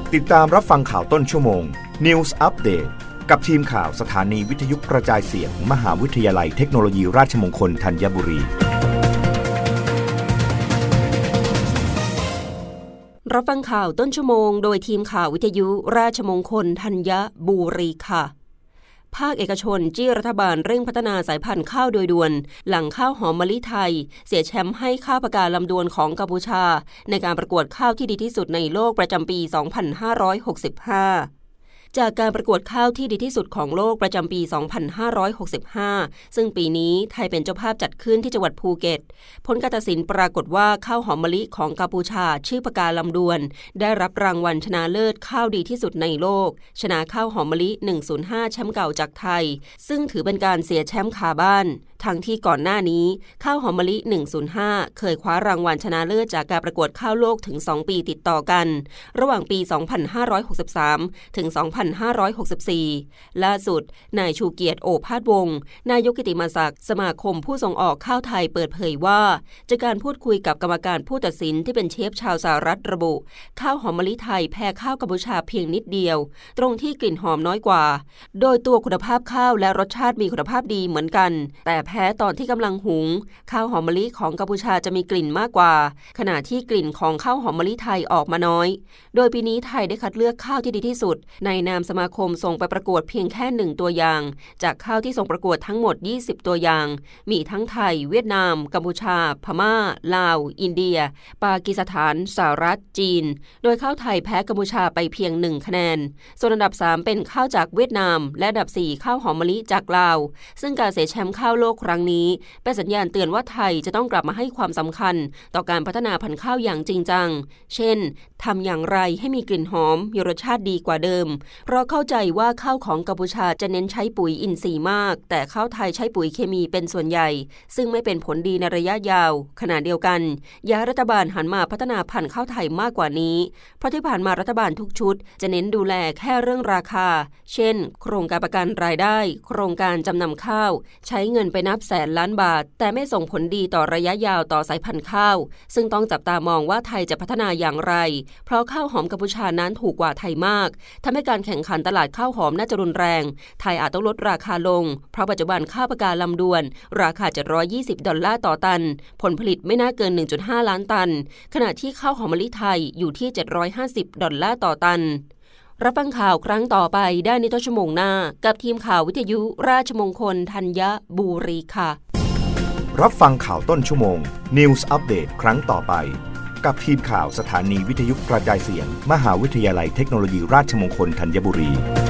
ติดตามรับฟังข่าวต้นชั่วโมง News Update กับทีมข่าวสถานีวิทยุกระจายเสียง มหาวิทยาลัยเทคโนโลยีราชมงคลธัญบุรีรับฟังข่าวต้นชั่วโมงโดยทีมข่าววิทยุราชมงคลธัญบุรีค่ะภาคเอกชนจี้รัฐบาลเร่งพัฒนาสายพันธุ์ข้าวโดยด่วนหลังข้าวหอมมะลิไทยเสียแชมป์ให้ข้าวปากาลำดวนของกัมพูชาในการประกวดข้าวที่ดีที่สุดในโลกประจำปี 2565 จากการประกวดข้าวที่ดีที่สุดของโลกประจำปี 2565 ซึ่งปีนี้ไทยเป็นเจ้าภาพจัดขึ้นที่จังหวัดภูเก็ตผลการตัดสินปรากฏว่าข้าวหอมมะลิของกัมพูชาชื่อปากาลำดวนได้รับรางวัลชนะเลิศข้าวดีที่สุดในโลกชนะข้าวหอมมะลิ 105 แชมป์เก่าจากไทยซึ่งถือเป็นการเสียแชมป์คาบ้านทั้งที่ก่อนหน้านี้ข้าวหอมมะลิ 105 เคยคว้ารางวัลชนะเลิศจากการประกวดข้าวโลกถึง 2 ปีติดต่อกันระหว่างปี 2563 ถึง 2564 ล่าสุดนายชูเกียรติโอภาสวงศ์นายกกิตติมศักดิ์สมาคมผู้ส่งออกข้าวไทยเปิดเผยว่าจากการพูดคุยกับกรรมการผู้ตัดสินที่เป็นเชฟชาวสหรัฐระบุข้าวหอมมะลิไทยแพ้ข้าวกัมพูชาเพียงนิดเดียวตรงที่กลิ่นหอมน้อยกว่าโดยตัวคุณภาพข้าวและรสชาติมีคุณภาพดีเหมือนกันแต่แพ้ตอนที่กำลังหุงข้าวหอมมะลิของกัมพูชาจะมีกลิ่นมากกว่าขณะที่กลิ่นของข้าวหอมมะลิไทยออกมาน้อยโดยปีนี้ไทยได้คัดเลือกข้าวที่ดีที่สุดในนามสมาคมส่งไปประกวดเพียงแค่1ตัวอย่างจากข้าวที่ส่งประกวดทั้งหมด20ตัวอย่างมีทั้งไทยเวียดนามกัมพูชาพม่าลาวอินเดียปากีสถานสหรัฐจีนโดยข้าวไทยแพ้กัมพูชาไปเพียง1คะแนนส่วนอันดับ3เป็นข้าวจากเวียดนามและอันดับ4ข้าวหอมมะลิจากลาวซึ่งการเสียแชมป์ข้าวโลกครั้งนี้เป็นสัญญาณเตือนว่าไทยจะต้องกลับมาให้ความสำคัญต่อการพัฒนาพันธุ์ข้าวอย่างจริงจังเช่นทำอย่างไรให้มีกลิ่นหอมมีรสชาติดีกว่าเดิมเพราะเข้าใจว่าข้าวของกัมพูชาจะเน้นใช้ปุ๋ยอินทรีย์มากแต่ข้าวไทยใช้ปุ๋ยเคมีเป็นส่วนใหญ่ซึ่งไม่เป็นผลดีในระยะยาวขณะเดียวกันอยากให้รัฐบาลหันมาพัฒนาพันธุ์ข้าวไทยมากกว่านี้เพราะที่ผ่านมารัฐบาลทุกชุดจะเน้นดูแลแค่เรื่องราคาเช่นโครงการประกันรายได้โครงการจำนำข้าวใช้เงินไปนับแสนล้านบาทแต่ไม่ส่งผลดีต่อระยะยาวต่อสายพันธุ์ข้าวซึ่งต้องจับตามองว่าไทยจะพัฒนาอย่างไรเพราะข้าวหอมกัมพูชานั้นถูกกว่าไทยมากทำให้การแข่งขันตลาดข้าวหอมน่าจะรุนแรงไทยอาจต้องลดราคาลงเพราะปัจจุบันข้าวปากาลำดวนราคา$720ต่อตันผลผลิตไม่น่าเกิน 1.5 ล้านตันขณะที่ข้าวหอมมะลิไทยอยู่ที่$750ต่อตันรับฟังข่าวครั้งต่อไปได้ในต้นชั่วโมงหน้ากับทีมข่าววิทยุราชมงคลธัญบุรีค่ะรับฟังข่าวต้นชั่วโมง News Update ครั้งต่อไปกับทีมข่าวสถานีวิทยุกระจายเสียง มหาวิทยาลัยเทคโนโลยีราชมงคลธัญบุรี